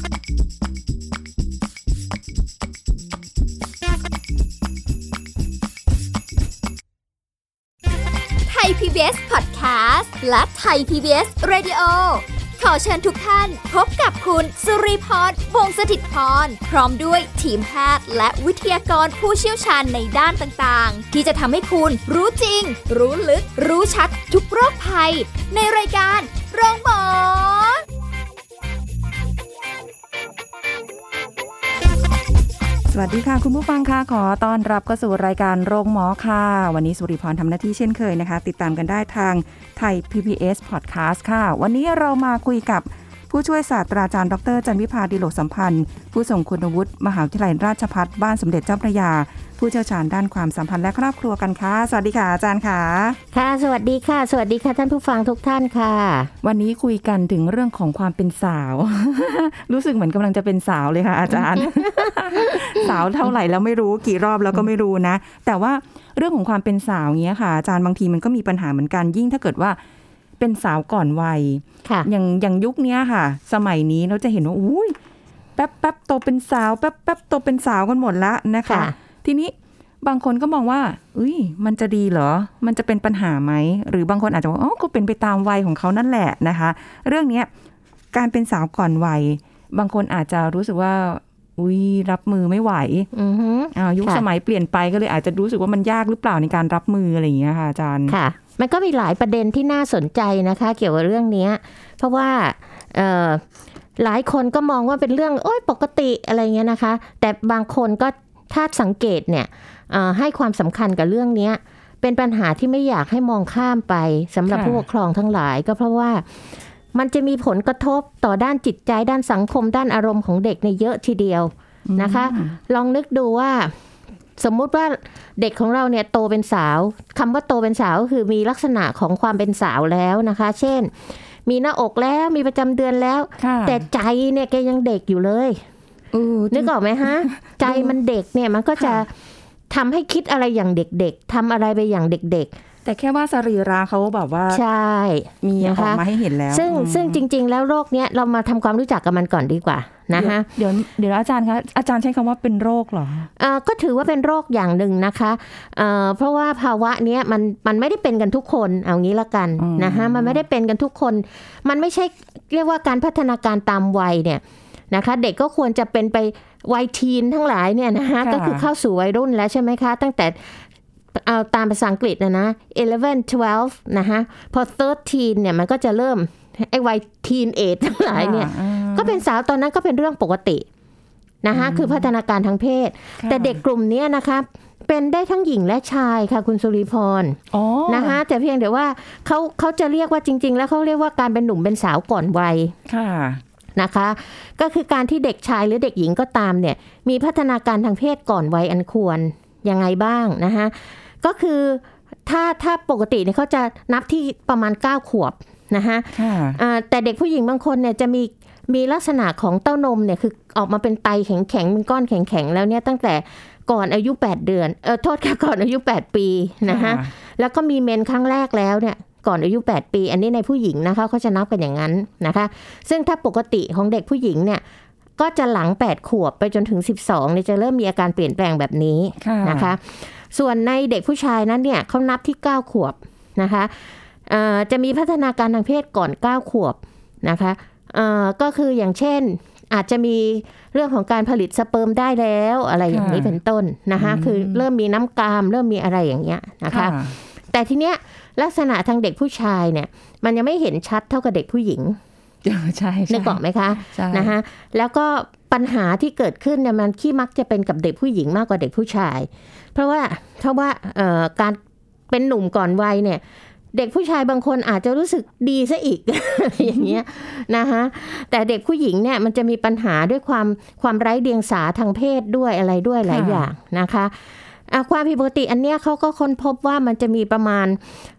ไทย PBS Podcast และไทย PBS Radio ขอเชิญทุกท่านพบกับคุณสุริพร วงศ์สถิตย์พรพร้อมด้วยทีมแพทย์และวิทยากรผู้เชี่ยวชาญในด้านต่างๆที่จะทำให้คุณรู้จริงรู้ลึกรู้ชัดทุกโรคภัยในรายการโรงพยาบาลสวัสดีค่ะคุณผู้ฟังค่ะขอต้อนรับเข้าสู่รายการโรงหมอค่ะวันนี้สุริพรทำหน้าที่เช่นเคยนะคะติดตามกันได้ทางไทย PBS Podcast ค่ะวันนี้เรามาคุยกับผู้ช่วยศาสตราจารย์ดร.จันวิภาดิโลกสัมพันธ์ผู้ทรงคุณวุฒิมหาวิทยาลัยราชภัฏบ้านสมเด็จเจ้าพระยาผู้เชี่ยวชาญด้านความสัมพันธ์และครอบครัวกันค่ะสวัสดีค่ะอาจารย์ค่ะค่ะสวัสดีค่ะสวัสดีค่ะท่านผู้ฟังทุกท่านค่ะวันนี้คุยกันถึงเรื่องของความเป็นสาว รู้สึกเหมือนกำลังจะเป็นสาวเลยค่ะอาจารย์ สาวเท่าไหร่แล้วไม่รู้กี่รอบแล้วก็ไม่รู้นะแต่ว่าเรื่องของความเป็นสาวเงี้ยค่ะอาจารย์บางทีมันก็มีปัญหาเหมือนกันยิ่งถ้าเกิดว่าเป็นสาวก่อนวัยอย่างยุคนี้ค่ะสมัยนี้เราจะเห็นว่าอุ้ยแป๊บโตเป็นสาวแป๊บโตเป็นสาวกันหมดละนะคะทีนี้บางคนก็มองว่ามันจะดีเหรอมันจะเป็นปัญหาไหมหรือบางคนอาจจะว่าก็เป็นไปตามวัยของเขานั่นแหละนะคะเรื่องนี้การเป็นสาวก่อนวัยบางคนอาจจะรู้สึกว่ารับมือไม่ไหวยุคสมัยเปลี่ยนไปก็เลยอาจจะรู้สึกว่ามันยากหรือเปล่าในการรับมืออะไรอย่างเงี้ยค่ะอาจารย์ค่ะมันก็มีหลายประเด็นที่น่าสนใจนะคะเกี่ยวกับเรื่องนี้เพราะว่าหลายคนก็มองว่าเป็นเรื่องปกติอะไรเงี้ยนะคะแต่บางคนก็ถ้าสังเกตเนี่ยให้ความสำคัญกับเรื่องนี้เป็นปัญหาที่ไม่อยากให้มองข้ามไปสำหรับผู้ปกครองทั้งหลายก็เพราะว่ามันจะมีผลกระทบต่อด้านจิตใจด้านสังคมด้านอารมณ์ของเด็กในเยอะทีเดียวนะคะลองนึกดูว่าสมมุติว่าเด็กของเราเนี่ยโตเป็นสาวคำว่าโตเป็นสาวก็คือมีลักษณะของความเป็นสาวแล้วนะคะเช่นมีหน้าอกแล้วมีประจำเดือนแล้วแต่ใจเนี่ยแกยังเด็กอยู่เลยนึกออกไหมฮะ ใจมันเด็กเนี่ยมันก็จะทำให้คิดอะไรอย่างเด็กๆทำอะไรไปอย่างเด็กๆแต่แค่ว่าสรีระเขาแบบว่าใช่มีออกมาให้เห็นแล้วซึ่งจริงๆแล้วโรคเนี้ยเรามาทำความรู้จักกับมันก่อนดีกว่านะคะเดี๋ยวอาจารย์คะอาจารย์ใช้คำว่าเป็นโรคเหรอก็ถือว่าเป็นโรคอย่างหนึ่งนะคะเพราะว่าภาวะเนี้ยมันไม่ได้เป็นกันทุกคนเอางี้ละกันนะคะมันไม่ได้เป็นกันทุกคนมันไม่ใช่เรียกว่าการพัฒนาการตามวัยเนี่ยนะคะเด็กก็ควรจะเป็นไปวัยทีนทั้งหลายเนี่ยนะคะก็คือเข้าสู่วัยรุ่นแล้วใช่ไหมคะตั้งแต่เอาตามภาษาอังกฤษนะ11 12นะคะพอ13เนี่ยมันก็จะเริ่มไอ้วัยทีนเอจทั้งหลายเนี่ยก็เป็นสาวตอนนั้นก็เป็นเรื่องปกตินะคะคือพัฒนาการทางเพศแต่เด็กกลุ่มนี้นะคะเป็นได้ทั้งหญิงและชายค่ะคุณสุริพรนะคะแต่เพียงแต่ว่าเขาจะเรียกว่าจริงๆแล้วเขาเรียกว่าการเป็นหนุ่มเป็นสาวก่อนวัยนะคะก็คือการที่เด็กชายหรือเด็กหญิงก็ตามเนี่ยมีพัฒนาการทางเพศก่อนวัยอันควรยังไงบ้างนะคะก็คือถ้าปกติเนี่ยเขาจะนับที่ประมาณ9ขวบนะคะแต่เด็กผู้หญิงบางคนเนี่ยจะมีลักษณะของเต้านมเนี่ยคือออกมาเป็นไตแข็งๆเป็นก้อนแข็งๆแล้วเนี่ยตั้งแต่ก่อนอายุ8เดือนโทษค่ะก่อนอายุ8ปีนะคะแล้วก็มีเมนครั้งแรกแล้วเนี่ยก่อนอายุ8ปีอันนี้ในผู้หญิงนะคะเขาจะนับกันอย่างนั้นนะคะซึ่งถ้าปกติของเด็กผู้หญิงเนี่ยก็จะหลัง8ขวบไปจนถึง12เนี่ยจะเริ่มมีอาการเปลี่ยนแปลงแบบนี้นะคะส่วนในเด็กผู้ชายนั้นเนี่ยเขานับที่9ขวบนะคะจะมีพัฒนาการทางเพศก่อน9ขวบนะคะก็คืออย่างเช่นอาจจะมีเรื่องของการผลิตสเปิร์มได้แล้วอะไรอย่างนี้เป็นต้นนะคะคือเริ่มมีน้ำกามเริ่มมีอะไรอย่างเงี้ยนะคะแต่ทีเนี้ยลักษณะทางเด็กผู้ชายเนี่ยมันยังไม่เห็นชัดเท่ากับเด็กผู้หญิงใช่นึกออกไหมคะนะคะแล้วก็ปัญหาที่เกิดขึ้นเนี่ยมันขี้มักจะเป็นกับเด็กผู้หญิงมากกว่าเด็กผู้ชายเพราะว่าการเป็นหนุ่มก่อนวัยเนี่ยเด็กผู้ชายบางคนอาจจะรู้สึกดีซะอีก อย่างเงี้ยนะคะแต่เด็กผู้หญิงเนี่ยมันจะมีปัญหาด้วยความไร้เดียงสาทางเพศด้วยอะไรด้วยหลายอย่างนะคะความผิดปกติอันเนี้ยเขาก็ค้นพบว่ามันจะมีประมาณ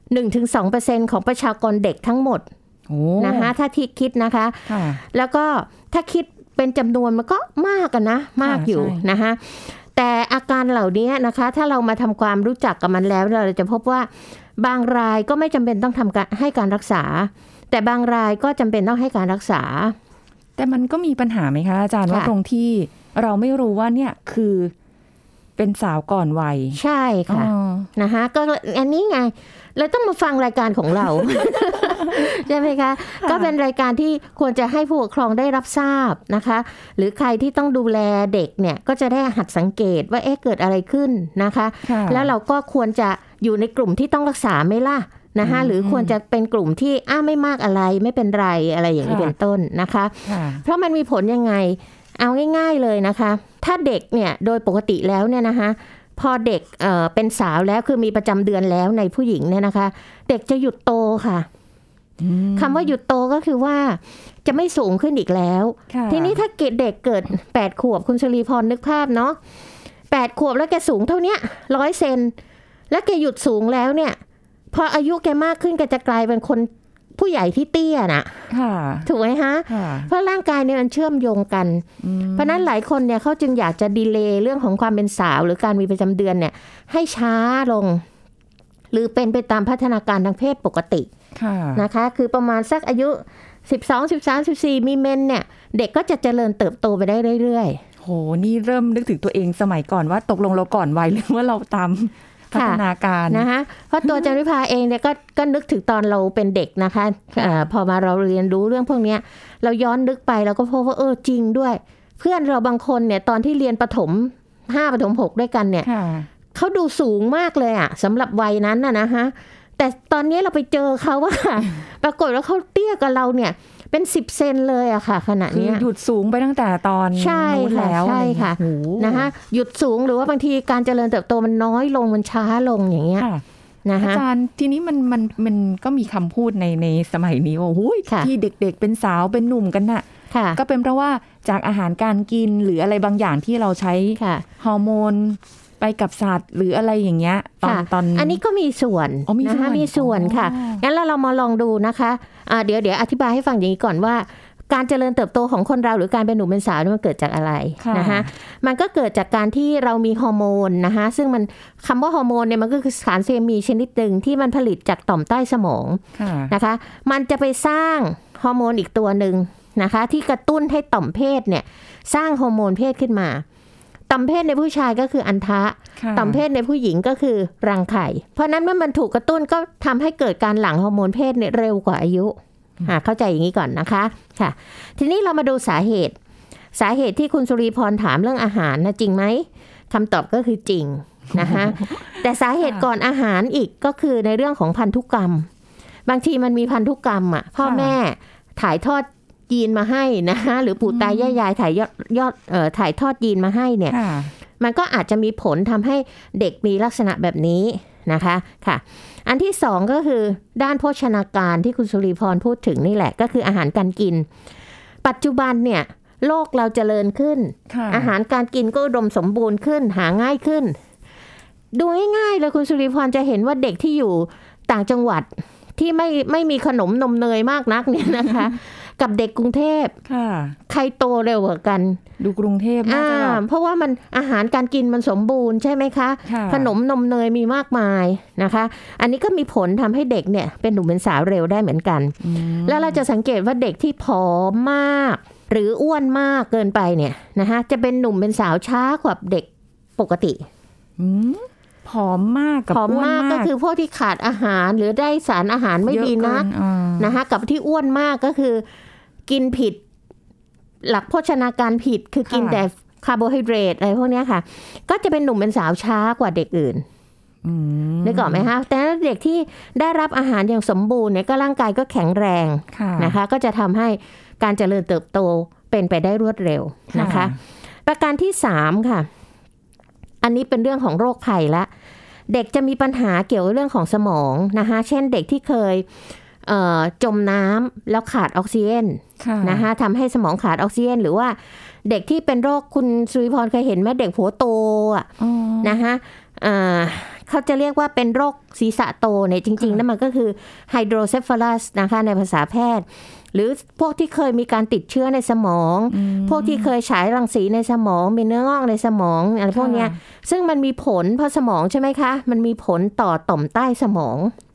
1-2% ของประชากรเด็กทั้งหมดนะคะถ้าที่คิดนะคะแล้วก็ถ้าคิดเป็นจำนวนมันก็มากกันนะมากอยู่นะคะแต่อาการเหล่านี้นะคะถ้าเรามาทำความรู้จักกับมันแล้วเราจะพบว่าบางรายก็ไม่จำเป็นต้องให้การรักษาแต่บางรายก็จำเป็นต้องให้การรักษาแต่มันก็มีปัญหาไหมคะอาจารย์ว่าตรงที่เราไม่รู้ว่าเนี่ยคือเป็นสาวก่อนวัยใช่ค่ะนะคะก็อันนี้ไงเลยต้องมาฟังรายการของเรา ใช่ไหมคะก็เป็นรายการที่ควรจะให้ผู้ปกครองได้รับทราบนะคะหรือใครที่ต้องดูแลเด็กเนี่ยก็จะได้หัดสังเกตว่าเกิดอะไรขึ้นนะคะแล้วเราก็ควรจะอยู่ในกลุ่มที่ต้องรักษาไหมล่ะนะคะหรือควรจะเป็นกลุ่มที่ไม่มากอะไรไม่เป็นไรอะไรอย่างนี้เป็นต้นนะคะเพราะมันมีผลยังไงเอาง่ายๆเลยนะคะถ้าเด็กเนี่ยโดยปกติแล้วเนี่ยนะคะพอเด็กเป็นสาวแล้วคือมีประจำเดือนแล้วในผู้หญิงเนี่ยนะคะเด็กจะหยุดโตค่ะคำว่าหยุดโตก็คือว่าจะไม่สูงขึ้นอีกแล้วทีนี้ถ้าเด็กเกิด8 ขวบคุณชลีพรนึกภาพเนาะ8 ขวบแล้วแกสูงเท่านี้100 เซนแล้วแกหยุดสูงแล้วเนี่ยพออายุแกมากขึ้นแกจะกลายเป็นคนผู้ใหญ่ที่เตี้ยน่ะถูกไหมฮะเพราะร่างกายเนี่ยมันเชื่อมโยงกันเพราะนั้นหลายคนเนี่ยเขาจึงอยากจะดีเลย์เรื่องของความเป็นสาวหรือการมีประจำเดือนเนี่ยให้ช้าลงหรือเป็นไปตามพัฒนาการทางเพศปกตินะคะคือประมาณสักอายุ12 13 14มีเมนเนี่ยเด็กก็จะเจริญเติบโตไปได้เรื่อยๆโหนี่เริ่มนึกถึงตัวเองสมัยก่อนว่าตกลงเราก่อนวัยหรือว่าเราตามพัฒนาการนะคะเพราะตัวจันวิภาเองเนี่ยก็นึกถึงตอนเราเป็นเด็กนะคะพอมาเราเรียนรู้เรื่องพวกนี้เราย้อนนึกไปเราก็พบว่าจริงด้วยเพื่อนเราบางคนเนี่ยตอนที่เรียนประถม5ประถม6ด้วยกันเนี่ยเขาดูสูงมากเลยอ่ะสำหรับวัยนั้นนะคะแต่ตอนนี้เราไปเจอเขาว่าปรากฏว่าเขาเตี้ยกับเราเนี่ยเป็น10 เซนเลยอะค่ะขณะนี้หยุดสูงไปตั้งแต่ตอนนู้นแล้วใช่ค่ะนะคะหยุดสูงหรือว่าบางทีการเจริญเติบโตมันน้อยลงมันช้าลงอย่างเงี้ยนะคะอาจารย์ทีนี้มันก็มีคำพูดในสมัยนี้ว่าที่เด็กๆเป็นสาวเป็นหนุ่มกันน่ะก็เป็นเพราะว่าจากอาหารการกินหรืออะไรบางอย่างที่เราใช้ฮอร์โมนไปกับสัตว์หรืออะไรอย่างเงี้ยตอนอันนี้ก็มีส่วนนะคะมีส่วนค่ะงั้นเรามาลองดูนะคะเดี๋ยวอธิบายให้ฟังอย่างนี้ก่อนว่าการเจริญเติบโตของคนเราหรือการเป็นหนุ่มเป็นสาวมันเกิดจากอะไรนะคะมันก็เกิดจากการที่เรามีฮอร์โมนนะคะซึ่งมันคำว่าฮอร์โมนเนี่ยมันก็คือสารเคมีชนิดหนึ่งที่มันผลิตจากต่อมใต้สมองนะคะมันจะไปสร้างฮอร์โมนอีกตัวหนึ่งนะคะที่กระตุ้นให้ต่อมเพศเนี่ยสร้างฮอร์โมนเพศขึ้นมาต่อมเพศในผู้ชายก็คืออัณฑะต่อมเพศในผู้หญิงก็คือรังไข่เพราะนั้นเมื่อมันถูกกระตุ้นก็ทำให้เกิดการหลั่งฮอร์โมนเพศเนี่ยเร็วกว่าอายุเข้าใจอย่างนี้ก่อนนะคะค่ะทีนี้เรามาดูสาเหตุที่คุณสุรีพรถามเรื่องอาหารนะจริงไหมคำตอบก็คือจริงนะคะแต่สาเหตุก่อนอาหารอีกก็คือในเรื่องของพันธุกรรมบางทีมันมีพันธุกรรมพ่อแม่ถ่ายทอดยีนมาให้นะคะหรือปู่ตายายายถ่ายทอดยีนมาให้เนี่ยมันก็อาจจะมีผลทำให้เด็กมีลักษณะแบบนี้นะคะค่ะอันที่สองก็คือด้านโภชนาการที่คุณสุรีพรพูดถึงนี่แหละก็คืออาหารการกินปัจจุบันเนี่ยโลกเราเจริญขึ้นอาหารการกินก็อุดมสมบูรณ์ขึ้นหาง่ายขึ้นดูง่ายๆเลยคุณสุรีพรจะเห็นว่าเด็กที่อยู่ต่างจังหวัดที่ไม่มีขนมนมเนยมากนักเนี่ยนะคะกับเด็กกรุงเทพใครโตเร็วกว่ากันดูกรุงเทพน่าจะเพราะว่ามันอาหารการกินมันสมบูรณ์ใช่ไหมคะขนมนมเนยมีมากมายนะคะอันนี้ก็มีผลทำให้เด็กเนี่ยเป็นหนุ่มเป็นสาวเร็วได้เหมือนกันแล้วเราจะสังเกตว่าเด็กที่ผอมมากหรืออ้วนมากเกินไปเนี่ยนะคะจะเป็นหนุ่มเป็นสาวช้ากว่าเด็กปกติผอมมากกับอ้วนมากก็คือพวกที่ขาดอาหารหรือได้สารอาหารไม่ดีนักนะคะกับที่อ้วนมากก็คือกินผิดหลักโภชนาการผิดคือกินแต่คาร์โบไฮเดรตอะไรพวกนี้ค่ะก็จะเป็นหนุ่มเป็นสาวช้ากว่าเด็กอื่นนึกออกไหมคะแต่เด็กที่ได้รับอาหารอย่างสมบูรณ์เนี่ยก็ร่างกายก็แข็งแรงนะคะก็จะทำให้การเจริญเติบโตเป็นไปได้รวดเร็วนะคะประการที่3ค่ะอันนี้เป็นเรื่องของโรคภัยละเด็กจะมีปัญหาเกี่ยวกับเรื่องของสมองนะคะเช่นเด็กที่เคยจมน้ำแล้วขาดออกซิเจนนะคะทำให้สมองขาดออกซิเจนหรือว่าเด็กที่เป็นโรคคุณสุริพรเคยเห็นไหมเด็กหัวโตนะคะเขาจะเรียกว่าเป็นโรคศีรษะโตเนี่ยจริงๆแล้วมันก็คือไฮโดรเซฟาลัสนะคะในภาษาแพทย์หรือพวกที่เคยมีการติดเชื้อในสมองพวกที่เคยฉายรังสีในสมองมีเนื้องอกในสมองอะไรพวกนี้ซึ่งมันมีผลเพราะสมองใช่ไหมคะมันมีผลต่อต่อมใต้สมอง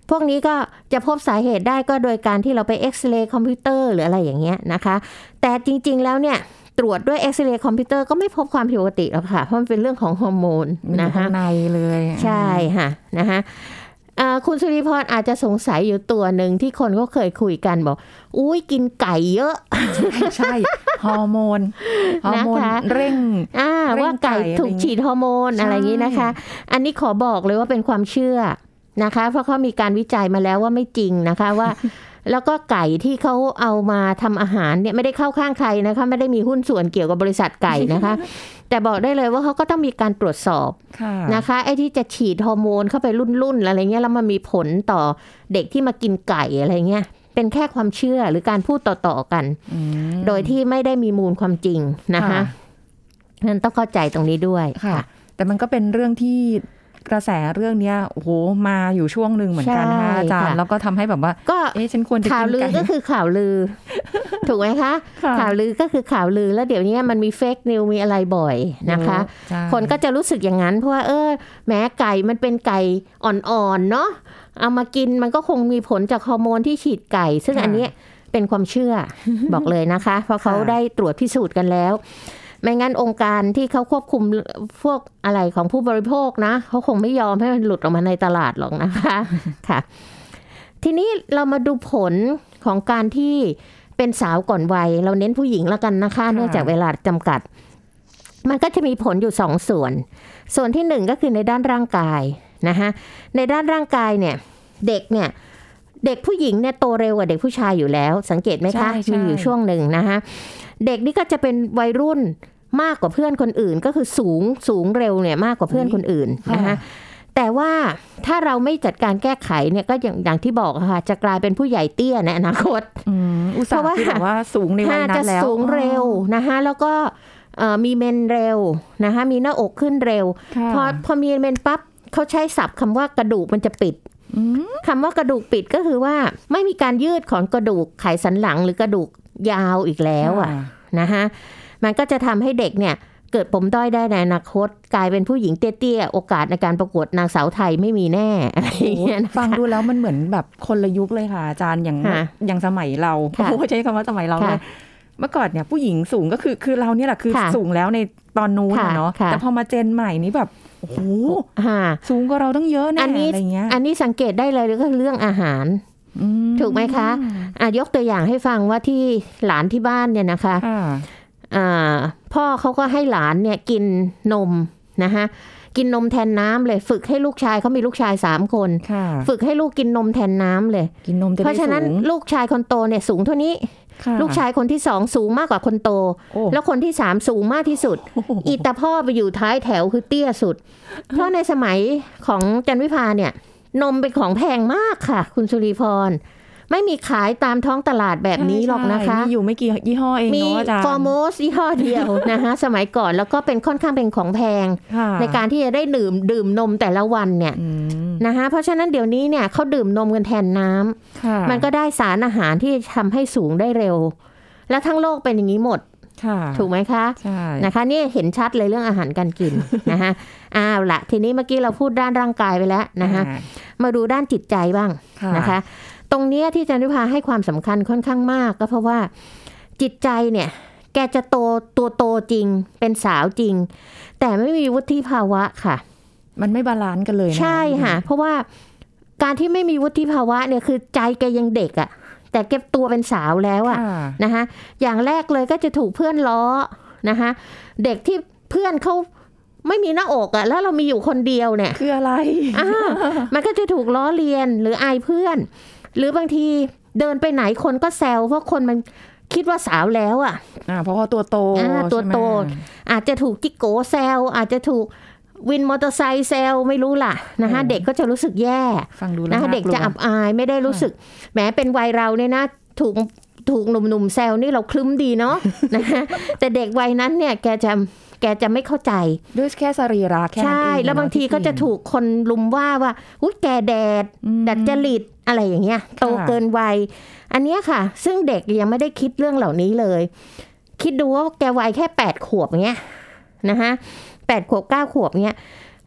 พวกนี้ก็จะพบสาเหตุได้ก็โดยการที่เราไปเอ็กซเรย์คอมพิวเตอร์หรืออะไรอย่างเงี้ยนะคะแต่จริงๆแล้วเนี่ยตรวจด้วยเอ็กซเรย์คอมพิวเตอร์ก็ไม่พบความผิดปกติหรอกค่ะเพราะมันเป็นเรื่องของฮอร์โมนนะคะในเลยใช่ค่ะนะคะคุณสุริพรอาจจะสงสัยอยู่ตัวหนึ่งที่คนก็เคยคุยกันบอกอุ้ยกินไก่เยอะใช่ฮอร์โมนเร่งว่าไก่ถูกฉีดฮอร์โมนอะไรอย่างนี้นะคะอันนี้ขอบอกเลยว่าเป็นความเชื่อนะคะเพราะเขามีการวิจัยมาแล้วว่าไม่จริงนะคะว่าแล้วก็ไก่ที่เขาเอามาทำอาหารเนี่ยไม่ได้เข้าข้างใครนะคะไม่ได้มีหุ้นส่วนเกี่ยวกับบริษัทไก่นะคะแต่บอกได้เลยว่าเขาก็ต้องมีการตรวจสอบนะคะไอ้ที่จะฉีดฮอร์โมนเข้าไปรุ่นอะไรเงี้ยแล้วมันมีผลต่อเด็กที่มากินไก่อะไรเงี้ยเป็นแค่ความเชื่อหรือการพูดต่อๆกันโดยที่ไม่ได้มีมูลความจริงนะคะนั้นต้องเข้าใจตรงนี้ด้วยค่ะแต่มันก็เป็นเรื่องที่กระแสเรื่องนี้โอ้โหมาอยู่ช่วงหนึ่งเหมือนกันค่ะอาจารย์แล้วก็ทำให้แบบว่าก็ฉันควรจะกินไก่ข่าวลือก็คือข่าวลือถูกไหมคะข่าวลือก็คือข่าวลือแล้วเดี๋ยวนี้มันมีเฟกนิวมีอะไรบ่อยนะคะคนก็จะรู้สึกอย่างนั้นเพราะว่าแหมไก่มันเป็นไก่อ่อนๆเนาะเอามากินมันก็คงมีผลจากฮอร์โมนที่ฉีดไก่ซึ่งอันนี้เป็นความเชื่อบอกเลยนะคะเพราะเขาได้ตรวจพิสูจน์กันแล้วไม่งั้นองค์การที่เขาควบคุมพวกอะไรของผู้บริโภคนะเขาคงไม่ยอมให้มันหลุดออกมาในตลาดหรอกนะคะค่ะทีนี้เรามาดูผลของการที่เป็นสาวก่อนวัยเราเน้นผู้หญิงแล้วกันนะคะเนื่องจากเวลาจำกัดมันก็จะมีผลอยู่2ส่วนที่1ก็คือในด้านร่างกายนะคะในด้านร่างกายเนี่ยเด็กผู้หญิงเนี่ยโตเร็วกว่าเด็กผู้ชายอยู่แล้วสังเกตไหมคะมีอยู่ช่วงหนึ่งนะคะเด็กนี่ก็จะเป็นวัยรุ่นมากกว่าเพื่อนคนอื่นก็คือสูงเร็วเนี่ยมากกว่าเพื่อนคนอื่นนะคะแต่ว่าถ้าเราไม่จัดการแก้ไขเนี่ยก็อย่างที่บอกค่ะจะกลายเป็นผู้ใหญ่เตี้ยในอนาคตเพราะว่าสูงในวัยนั้นแล้วจะสูงเร็วนะคะแล้วก็มีเมนเร็วนะคะมีหน้าอกขึ้นเร็วพอมีเมนปั๊บเขาใช้ศัพท์คำว่ากระดูกมันจะปิดคำว่ากระดูกปิดก็คือว่าไม่มีการยืดของกระดูกไขสันหลังหรือกระดูกยาวอีกแล้วนะคะมันก็จะทำให้เด็กเนี่ยเกิดปมด้อยได้ในอนาคตกลายเป็นผู้หญิงเตี้ยๆโอกาสในการประกวดนางสาวไทยไม่มีแน่อะไรอย่างเงี้ยฟังดูแล้วมันเหมือนแบบคนละยุคเลยค่ะอาจารย์อย่างสมัยเราใช้คำว่าสมัยเราเลยเมื่อก่อนเนี่ยผู้หญิงสูงก็คือเราเนี่ยแหละคือสูงแล้วในตอนนู้นเนาะแต่พอมาเจนใหม่นี้แบบโอ้โหสูงกว่าเราต้องเยอะแน่อะไรเงี้ยอันนี้สังเกตได้เลยก็เรื่องอาหารถูกไหมคะยกตัวอย่างให้ฟังว่าที่หลานที่บ้านเนี่ยนะคะพ่อเขาก็ให้หลานเนี่ยกินนมนะคะกินนมแทนน้ำเลยฝึกให้ลูกชายเขามีลูกชาย3คนฝึกให้ลูกกินนมแทนน้ำเลยกินนมเพราะฉะนั้นลูกชายคนโตเนี่ยสูงเท่านี้ลูกชายคนที่2สูงมากกว่าคนโตแล้วคนที่3สูงมากที่สุดอีตาพ่อไปอยู่ท้ายแถวคือเตี้ยสุดเพราะในสมัยของจันวิภาเนี่ยนมเป็นของแพงมากค่ะคุณสุริพรไม่มีขายตามท้องตลาดแบบนี้หรอกนะคะมีอยู่ไม่กี่ยี่ห้อเองเนาะอาจารย์มีฟอร์โมสยี่ห้อเดียวนะคะสมัยก่อนแล้วก็เป็นค่อนข้างเป็นของแพงในการที่จะได้ดื่มนมแต่ละวันเนี่ยนะคะเพราะฉะนั้นเดี๋ยวนี้เนี่ยเขาดื่มนมกันแทนน้ำมันก็ได้สารอาหารที่ทำให้สูงได้เร็วแล้วทั้งโลกเป็นอย่างนี้หมดถูกไหมคะนะคะนี่เห็นชัดเลยเรื่องอาหารการกินนะคะละทีนี้เมื่อกี้เราพูดด้านร่างกายไปแล้วนะคะมาดูด้านจิตใจบ้างนะคะตรงนี้ที่จันทิพาให้ความสำคัญค่อนข้างมากก็เพราะว่าจิตใจเนี่ยแกจะโตจริงเป็นสาวจริงแต่ไม่มีวุฒิภาวะค่ะมันไม่บาลานซ์กันเลยใช่ค่ะเพราะว่าการที่ไม่มีวุฒิภาวะเนี่ยคือใจแกยังเด็กอะแต่แกตัวเป็นสาวแล้วอะนะคะอย่างแรกเลยก็จะถูกเพื่อนล้อนะคะเด็กที่เพื่อนเขาไม่มีหน้าอกอะแล้วเรามีอยู่คนเดียวเนี่ยคืออะไรมันก็จะถูกล้อเลียนหรืออายเพื่อนหรือบางทีเดินไปไหนคนก็แซวเพราะคนมันคิดว่าสาวแล้วอ่ะเพราะว่าตัวโตอาจจะถูกจิ๊กโกแซวอาจจะถูกวินมอเตอร์ไซค์แซวไม่รู้ล่ะนะคะเด็กก็จะรู้สึกแย่นะคะเด็กจะอับอายไม่ได้รู้สึกแม้เป็นวัยเราเนี่ยนะถูกหนุ่มๆแซวนี่เราคลึ้มดีเนาะนะคะแต่เด็กวัยนั้นเนี่ยแกจะไม่เข้าใจด้วยแค่สรีระแค่นั้นเองใช่แล้วบางทีก็จะถูกคนลุมว่าอุ๊ยแกแดดดัดจริตอะไรอย่างเงี้ยโตเกินวัยอันนี้ค่ะซึ่งเด็กยังไม่ได้คิดเรื่องเหล่านี้เลยคิดดูว่าแกวัยแค่8 ขวบเงี้ยนะคะ8 ขวบ 9 ขวบเงี้ย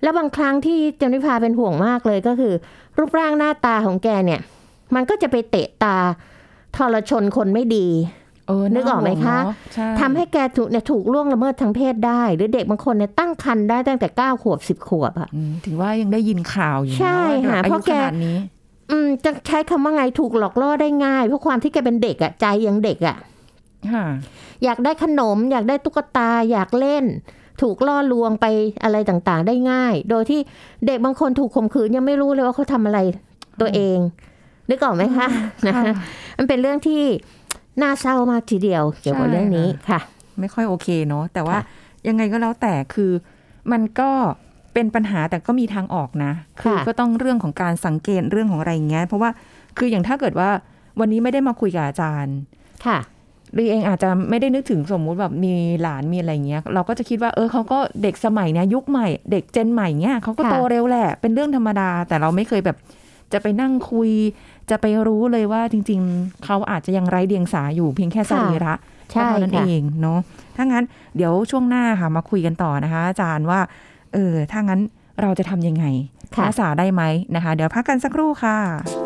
แล้วบางครั้งที่จันวิภาเป็นห่วงมากเลยก็คือรูปร่างหน้าตาของแกเนี่ยมันก็จะไปเตะตาทรชนคนไม่ดีนึกออกไหมคะทำให้แกถูกล่วงละเมิดทางเพศได้หรือเด็กบางคนเนี่ยตั้งครรภ์ได้ตั้งแต่9 ขวบ 10 ขวบอ่ะถึงว่ายังได้ยินข่าวอยู่ใช่ค่ะเพราะแกจะใช้คำว่าไงถูกหลอกล่อได้ง่ายเพราะความที่แกเป็นเด็กอ่ะใจยังเด็กอ่ะอยากได้ขนมอยากได้ตุ๊กตาอยากเล่นถูกล่อลวงไปอะไรต่างๆได้ง่ายโดยที่เด็กบางคนถูกข่มขืนยังไม่รู้เลยว่าเขาทำอะไรตัวเองนึกออกไหมคะนะคะมันเป็นเรื่องที่น่าเศร้ามากทีเดียวเกี่ยวกับเรื่องนี้ค่ะไม่ค่อยโอเคเนาะแต่ว่ายังไงก็แล้วแต่คือมันก็เป็นปัญหาแต่ก็มีทางออกนะคือก็ต้องเรื่องของการสังเกตเรื่องของอะไรอย่างเงี้ยเพราะว่าคืออย่างถ้าเกิดว่าวันนี้ไม่ได้มาคุยกับอาจารย์ค่ะรีเองอาจจะไม่ได้นึกถึงสมมุติแบบมีหลานมีอะไรเงี้ยเราก็จะคิดว่าเขาก็เด็กสมัยเนี้ยยุคใหม่เด็กเจนใหม่เงี้ยเขาก็โตเร็วแหละเป็นเรื่องธรรมดาแต่เราไม่เคยแบบจะไปนั่งคุยจะไปรู้เลยว่าจริงๆเขาอาจจะยังไร้เดียงสาอยู่เพียงแค่สรีระเท่านั้นเองเนาะถ้างั้นเดี๋ยวช่วงหน้าค่ะมาคุยกันต่อนะคะอาจารย์ว่าถ้างั้นเราจะทำยังไงรักษาได้ไหมนะคะเดี๋ยวพักกันสักครู่ค่ะ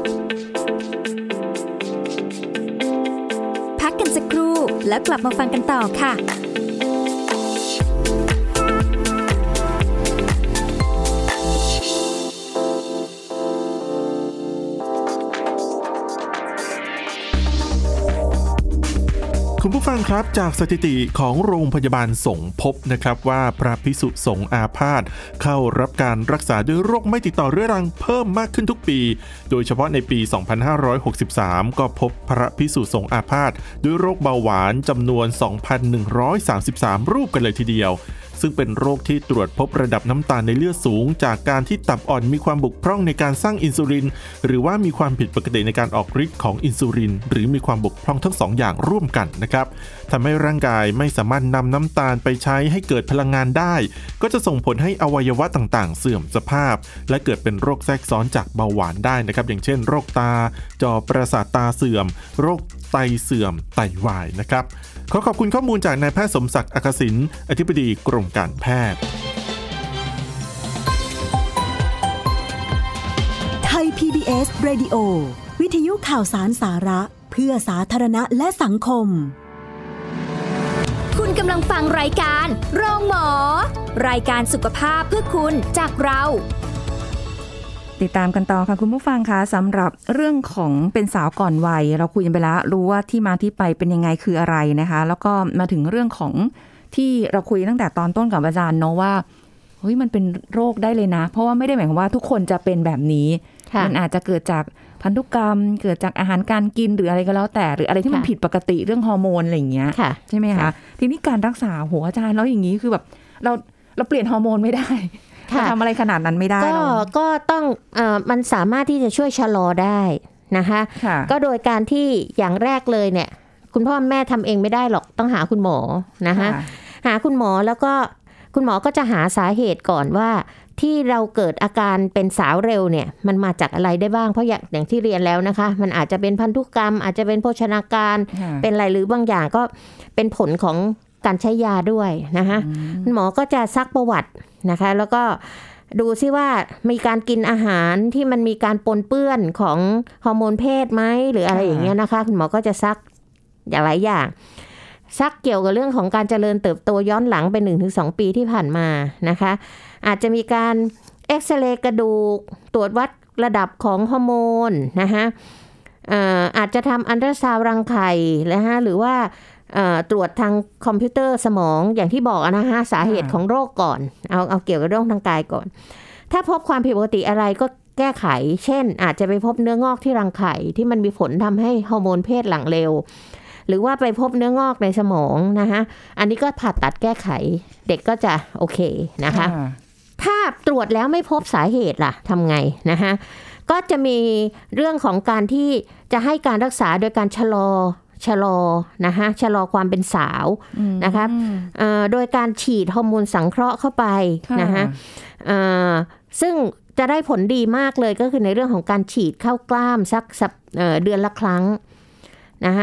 พักกันสักครู่แล้วกลับมาฟังกันต่อค่ะคุณผู้ฟังครับจากสถิติของโรงพยาบาลสงฆ์พบนะครับว่าพระภิกษุสงฆ์อาพาธเข้ารับการรักษาด้วยโรคไม่ติดต่อเรื้อรังเพิ่มมากขึ้นทุกปีโดยเฉพาะในปี 2563 ก็พบพระภิกษุสงฆ์อาพาธด้วยโรคเบาหวานจำนวน 2,133 รูปกันเลยทีเดียวซึ่งเป็นโรคที่ตรวจพบระดับน้ำตาลในเลือดสูงจากการที่ตับอ่อนมีความบกพร่องในการสร้างอินซูลินหรือว่ามีความผิดปกติในการออกฤทธิ์ของอินซูลินหรือมีความบกพร่องทั้งสองอย่างร่วมกันนะครับทำให้ร่างกายไม่สามารถนำน้ำตาลไปใช้ให้เกิดพลังงานได้ก็จะส่งผลให้อวัยวะต่างๆเสื่อมสภาพและเกิดเป็นโรคแทรกซ้อนจากเบาหวานได้นะครับอย่างเช่นโรคตาจอประสาทตาเสื่อมโรคไตเสื่อมไตวายนะครับขอขอบคุณข้อมูลจากนายแพทย์สมศักดิ์อักษิณอธิบดีกรมการแพทย์ไทย PBS Radio วิทยุข่าวสารสาระเพื่อสาธารณะและสังคมคุณกำลังฟังรายการโรงหมอรายการสุขภาพเพื่อคุณจากเราติดตามกันต่อค่ะคุณผู้ฟังคะสำหรับเรื่องของเป็นสาวก่อนวัยเราคุยกันไปแล้วรู้ว่าที่มาที่ไปเป็นยังไงคืออะไรนะคะแล้วก็มาถึงเรื่องของที่เราคุยตั้งแต่ตอนต้นกับอาจารย์เนาะว่าเฮ้ยมันเป็นโรคได้เลยนะเพราะว่าไม่ได้หมายความว่าทุกคนจะเป็นแบบนี้มันอาจจะเกิดจากพันธุกรรมเกิดจากอาหารการกินหรืออะไรก็แล้วแต่หรืออะไรที่มันผิดปกติเรื่องฮอร์โมนอะไรอย่างเงี้ยใช่ไหมคะทีนี้การรักษาหัวอาจารย์แล้วอย่างนี้คือแบบเราเปลี่ยนฮอร์โมนไม่ได้ทำอะไรขนาดนั้นไม่ได้ก็ต้องมันสามารถที่จะช่วยชะลอได้นะคะก็โดยการที่อย่างแรกเลยเนี่ยคุณพ่อแม่ทำเองไม่ได้หรอกต้องหาคุณหมอนะคะหาคุณหมอแล้วก็คุณหมอก็จะหาสาเหตุก่อนว่าที่เราเกิดอาการเป็นสาวเร็วเนี่ยมันมาจากอะไรได้บ้างเพราะอย่างที่เรียนแล้วนะคะมันอาจจะเป็นพันธุกรรมอาจจะเป็นโภชนาการเป็นอะไรหรือบางอย่างก็เป็นผลของการใช้ยาด้วยนะคะคุณหมอก็จะซักประวัตินะคะแล้วก็ดูซิว่ามีการกินอาหารที่มันมีการปนเปื้อนของฮอร์โมนเพศไหมหรืออะไรอย่างเงี้ยนะคะคุณหมอก็จะซักอย่างหลายอย่างซักเกี่ยวกับเรื่องของการเจริญเติบโตย้อนหลังไป 1-2 ปีที่ผ่านมานะคะอาจจะมีการเอ็กซเรย์กระดูกตรวจวัดระดับของฮอร์โมนนะคะอาจจะทำอัลตราซาวด์รังไข่นะคะหรือว่าตรวจทางคอมพิวเตอร์สมองอย่างที่บอกนะคะสาเหตุของโรคก่อนเอาเกี่ยวกับเรื่องทางกายก่อนถ้าพบความผิดปกติอะไรก็แก้ไขเช่นอาจจะไปพบเนื้องอกที่รังไข่ที่มันมีผลทำให้ฮอร์โมนเพศหลั่งเร็วหรือว่าไปพบเนื้องอกในสมองนะคะอันนี้ก็ผ่าตัดแก้ไขเด็กก็จะโอเคนะคะถ้าตรวจแล้วไม่พบสาเหตุล่ะทำไงนะคะก็จะมีเรื่องของการที่จะให้การรักษาโดยการชะลอนะคะชะลอความเป็นสาวนะคะโดยการฉีดฮอร์โมนสังเคราะห์เข้าไปนะคะซึ่งจะได้ผลดีมากเลยก็คือในเรื่องของการฉีดเข้ากล้ามสักเดือนละครั้งนะคะ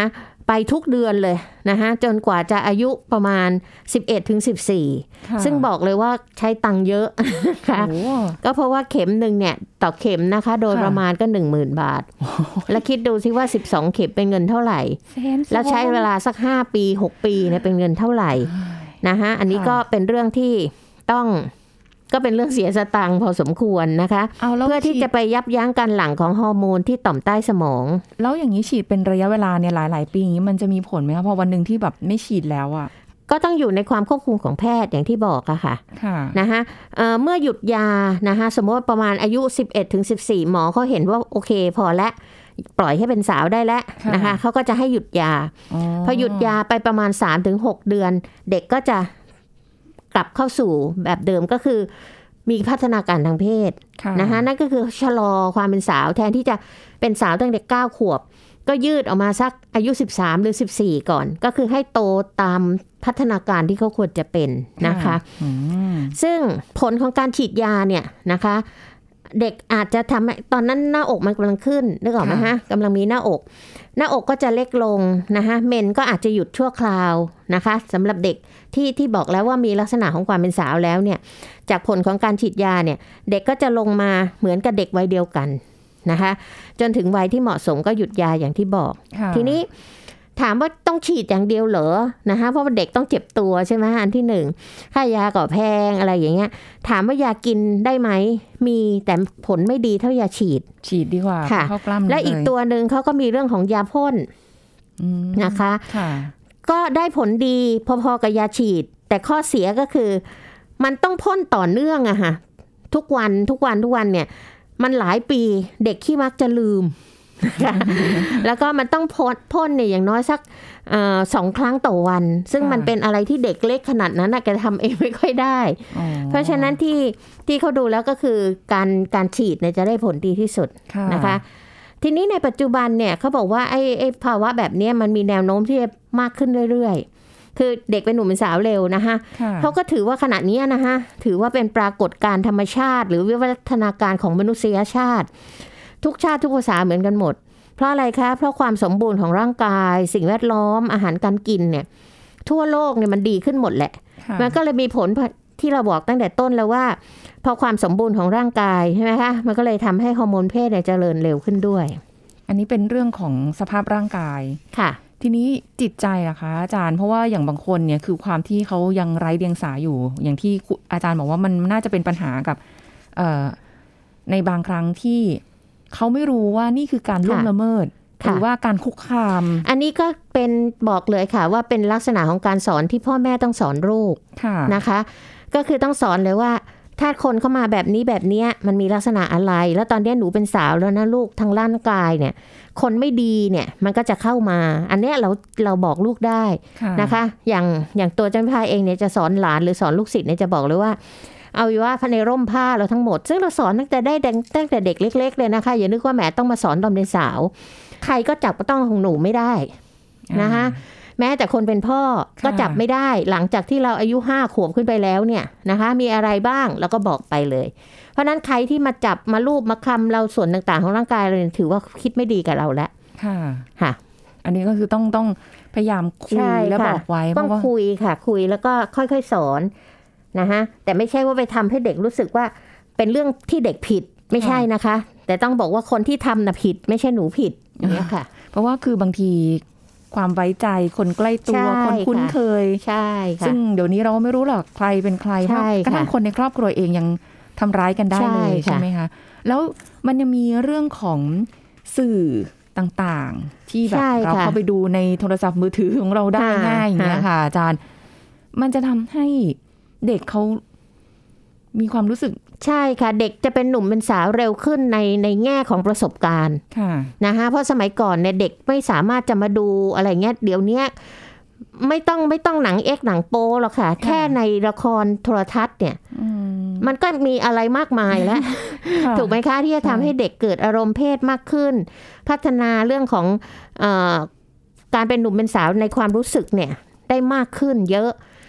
ไปทุกเดือนเลยนะคะจนกว่าจะอายุประมาณ 11-14 ซึ่งบอกเลยว่าใช้ตังค์เยอะค่ะก็เพราะว่าเข็มหนึ่งเนี่ยต่อเข็มนะคะโดยประมาณก็ 10,000 บาทแล้วคิดดูสิว่า12เข็มเป็นเงินเท่าไหร่แล้วใช้เวลาสัก5ปี6ปีเนี่ยเป็นเงินเท่าไหร่นะคะอันนี้ก็เป็นเรื่องที่ต้องก็เป็นเรื่องเสียสตังค์พอสมควรนะคะเพื่อที่จะไปยับยั้งการหลั่งของฮอร์โมนที่ต่อมใต้สมองแล้วอย่างนี้ฉีดเป็นระยะเวลาเนี่ยหลายๆปีอย่างนี้มันจะมีผลไหมคะพอวันนึงที่แบบไม่ฉีดแล้วอ่ะก็ต้องอยู่ในความควบคุมของแพทย์อย่างที่บอกอะค่ะนะคะเมื่อหยุดยานะคะสมมติว่าประมาณอายุ 11-14 หมอเขาเห็นว่าโอเคพอแล้วปล่อยให้เป็นสาวได้แล้วนะคะเขาก็จะให้หยุดยาพอหยุดยาไปประมาณ 3-6 เดือนเด็กก็จะกลับเข้าสู่แบบเดิมก็คือมีพัฒนาการทางเพศนะคะนั่นก็คือชะลอความเป็นสาวแทนที่จะเป็นสาวตั้งแต่9 ขวบก็ยืดออกมาสักอายุ13หรือ14ก่อนก็คือให้โตตามพัฒนาการที่เขาควรจะเป็นนะคะซึ่งผลของการฉีดยาเนี่ยนะคะเด็กอาจจะทำให้ตอนนั้นหน้าอกมันกำลังขึ้นนึกออกไหมฮะกำลังมีหน้าอกก็จะเล็กลงนะคะเมนก็อาจจะหยุดชั่วคราวนะคะสำหรับเด็กที่บอกแล้วว่ามีลักษณะของความเป็นสาวแล้วเนี่ยจากผลของการฉีดยาเนี่ยเด็กก็จะลงมาเหมือนกับเด็กวัยเดียวกันนะคะจนถึงวัยที่เหมาะสมก็หยุดยาอย่างที่บอกทีนี้ถามว่าต้องฉีดอย่างเดียวเหรอนะคะเพราะว่าเด็กต้องเจ็บตัวใช่ไหมอันที่1ค่ายาก็แพงอะไรอย่างเงี้ยถามว่ายากินได้ไหมมีแต่ผลไม่ดีเท่ายาฉีดดีกว่าเข้ากล้ามและอีกตัวนึงเขาก็มีเรื่องของยาพ่นนะคะก็ได้ผลดีพอๆกับยาฉีดแต่ข้อเสียก็คือมันต้องพ่นต่อเนื่องอะค่ะทุกวันเนี่ยมันหลายปีเด็กขี้มักจะลืมแล้วก็มันต้องพ่นเนี่ยอย่างน้อยสัก2 ครั้งต่อวันซึ่งมันเป็นอะไรที่เด็กเล็กขนาดนั้นแกทำเองไม่ค่อยได้เพราะฉะนั้นที่เขาดูแล้วก็คือการฉีดเนี่ยจะได้ผลดีที่สุดนะคะทีนี้ในปัจจุบันเนี่ยเขาบอกว่าไอ้ภาวะแบบนี้มันมีแนวโน้มที่จะมากขึ้นเรื่อยๆคือเด็กเป็นหนุ่มเป็นสาวเร็วนะคะเขาก็ถือว่าขณะนี้นะคะถือว่าเป็นปรากฏการณ์ธรรมชาติหรือวิวัฒนาการของมนุษยชาติทุกชาติทุกภาษาเหมือนกันหมดเพราะอะไรคะเพราะความสมบูรณ์ของร่างกายสิ่งแวดล้อมอาหารการกินเนี่ยทั่วโลกเนี่ยมันดีขึ้นหมดแหละมันก็เลยมีผลที่เราบอกตั้งแต่ต้นแล้วว่าพอความสมบูรณ์ของร่างกายใช่ไหมคะมันก็เลยทำให้ฮอร์โมนเพศเนี่ยเจริญเร็วขึ้นด้วยอันนี้เป็นเรื่องของสภาพร่างกายค่ะทีนี้จิตใจอะคะอาจารย์เพราะว่าอย่างบางคนเนี่ยคือความที่เขายังไร้เดียงสาอยู่อย่างที่อาจารย์บอกว่ามันน่าจะเป็นปัญหากับในบางครั้งที่เขาไม่รู้ว่านี่คือการล่วงละเมิดหรือว่าการคุกคามอันนี้ก็เป็นบอกเลยค่ะว่าเป็นลักษณะของการสอนที่พ่อแม่ต้องสอนลูกนะคะก็คือต้องสอนเลยว่าถ้าคนเข้ามาแบบนี้มันมีลักษณะอะไรแล้วตอนนี้หนูเป็นสาวแล้วนะลูกทางร่างกายเนี่ยคนไม่ดีเนี่ยมันก็จะเข้ามาอันนี้เราบอกลูกได้นะคะอย่างตัวเจ้าพายเองเนี่ยจะสอนหลานหรือสอนลูกศิษย์เนี่ยจะบอกเลยว่าเอาว่าในร่มผ้าเราทั้งหมดซึ่งเราสอนตั้งแต่เด็กเล็กๆเลยนะคะอย่านึกว่าแหมต้องมาสอนตอนเป็นสาวใครก็จับก็ต้องของหนูไม่ได้นะคะแม้แต่คนเป็นพ่อก็จับไม่ได้หลังจากที่เราอายุ5 ขวบขึ้นไปแล้วเนี่ยนะคะมีอะไรบ้างเราก็บอกไปเลยเพราะนั้นใครที่มาจับมาลูบมาคำเราส่วนต่างๆของร่างกายเราถือว่าคิดไม่ดีกับเราแล้วค่ะอันนี้ก็คือต้องพยายามคุยและบอกไว้ต้องคุยค่ะคุยแล้วก็ค่อยๆสอนนะคะแต่ไม่ใช่ว่าไปทำให้เด็กรู้สึกว่าเป็นเรื่องที่เด็กผิดไม่ใช่นะคะแต่ต้องบอกว่าคนที่ทำน่ะผิดไม่ใช่หนูผิดอย่างนี้ค่ะเพราะว่าคือบางทีความไว้ใจคนใกล้ตัวคนคุ้นเคยใช่ค่ะซึ่งเดี๋ยวนี้เราไม่รู้หรอกใครเป็นใครเพราะกระทั่งคนในครอบครัวเองยังทำร้ายกันได้เลยใช่ไหมคะแล้วมันยังมีเรื่องของสื่อต่างๆที่แบบเราเข้าไปดูในโทรศัพท์มือถือของเราได้ง่ายอย่างนี้ค่ะอาจารย์มันจะทำให้เด็กเขามีความรู้สึกใช่ค่ะเด็กจะเป็นหนุ่มเป็นสาวเร็วขึ้นในแง่ของประสบการณ์นะคะเพราะสมัยก่อนเนี่ยเด็กไม่สามารถจะมาดูอะไรเงี้ยเดี๋ยวนี้ไม่ต้องหนังหนังโป๊หรอกค่ะแค่ในละครโทรทัศน์เนี่ยมันก็มีอะไรมากมายแล้ว ถูกไหมคะที่จะทำให้เด็กเกิดอารมณ์เพศมากขึ้นพัฒนาเรื่องของ การเป็นหนุ่มเป็นสาวในความรู้สึกเนี่ยได้มากขึ้นเยอะ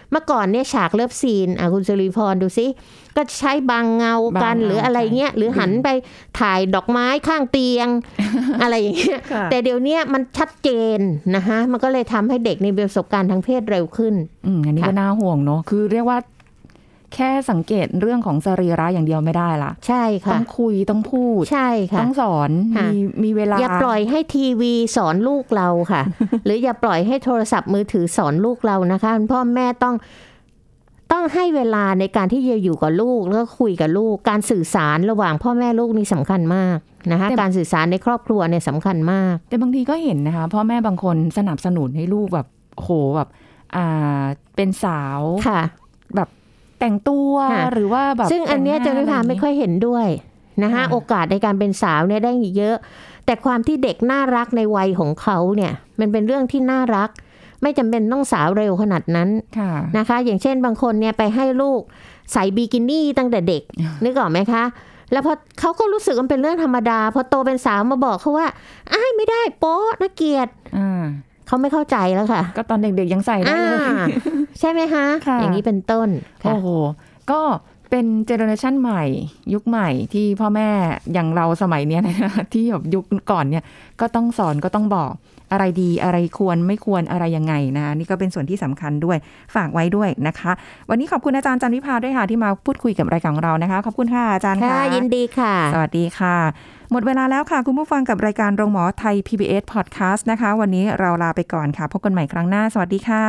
เมื่อก่อนเนี่ยฉากเลิฟซีนคุณสุริพรดูซิก็ใช้บางเงากันหรืออะไรเงี้ยหรือหันไปถ่ายดอกไม้ข้างเตียง อะไรอย่างเงี้ยแต่เดี๋ยวนี้มันชัดเจนนะคะมันก็เลยทำให้เด็กในประสบการณ์ทางเพศเร็วขึ้นอันนี้ก็น่าห่วงเนาะคือเรียกว่าแค่สังเกตเรื่องของสรีระอย่างเดียวไม่ได้ละใช่ค่ะต้องคุยต้องพูดใช่ค่ะต้องสอนมีเวลาอย่าปล่อยให้ทีวีสอนลูกเราค่ะ หรืออย่าปล่อยให้โทรศัพท์มือถือสอนลูกเรานะคะพ่อแม่ต้องให้เวลาในการที่จะอยู่กับลูกแล้วก็คุยกับลูกการสื่อสารระหว่างพ่อแม่ลูกนี่สำคัญมากนะคะการสื่อสารในครอบครัวเนี่ยสำคัญมากแต่บางทีก็เห็นนะคะพ่อแม่บางคนสนับสนุนให้ลูกแบบโหแบบเป็นสาวค่ะแบบแต่งตัวหรือว่าแบบซึ่งอันนี้จะไม่ค่อยเห็นด้วยนะคะโอกาสในการเป็นสาวเนี่ยได้เยอะแต่ความที่เด็กน่ารักในวัยของเขาเนี่ยมันเป็นเรื่องที่น่ารักไม่จำเป็นต้องสาวเร็วขนาดนั้นนะคะอย่างเช่นบางคนเนี่ยไปให้ลูกใส่บิกินี่ตั้งแต่เด็กนึกออกไหมคะแล้วพอเขาก็รู้สึกมันเป็นเรื่องธรรมดาพอโตเป็นสาวมาบอกเขาว่าไม่ได้โป๊น่าเกลียดเขาไม่เข้าใจแล้วค่ะก็ตอนเด็กๆยังใส่ได้เลยใช่ไหมคะอย่างนี้เป็นต้นโอ้โหก็เป็นเจเนอเรชันใหม่ยุคใหม่ที่พ่อแม่อย่างเราสมัยนี้นะที่แบบยุคก่อนเนี่ยก็ต้องสอนก็ต้องบอกอะไรดีอะไรควรไม่ควรอะไรยังไงนะนี่ก็เป็นส่วนที่สำคัญด้วยฝากไว้ด้วยนะคะวันนี้ขอบคุณอาจารย์จันวิภาด้วยค่ะที่มาพูดคุยกับรายการของเรานะคะขอบคุณค่ะอาจารย์ค่ะยินดีค่ะสวัสดีค่ะหมดเวลาแล้วค่ะคุณผู้ฟังกับรายการโรงหมอไทย PBS Podcast นะคะวันนี้เราลาไปก่อนค่ะพบกันใหม่ครั้งหน้าสวัสดีค่ะ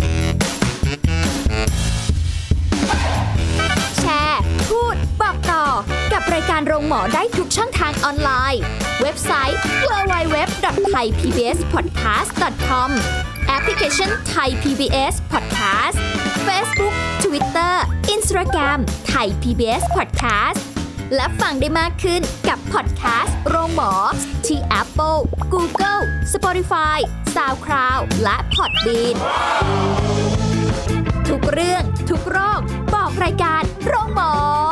แชร์พูดบอกต่อกับรายการโรงหมอได้ทุกช่องทางออนไลน์เว็บไซต์ www.thaipbspodcast.com แอปพลิเคชัน Thai PBS Podcast Facebook Twitter Instagram Thai PBS Podcast และฟังได้มากขึ้นกับพอดแคสต์โรงหมอที่ Apple, Google, Spotify, SoundCloud และ Podbean ทุกเรื่องทุกโรคบอกรายการโรงหมอ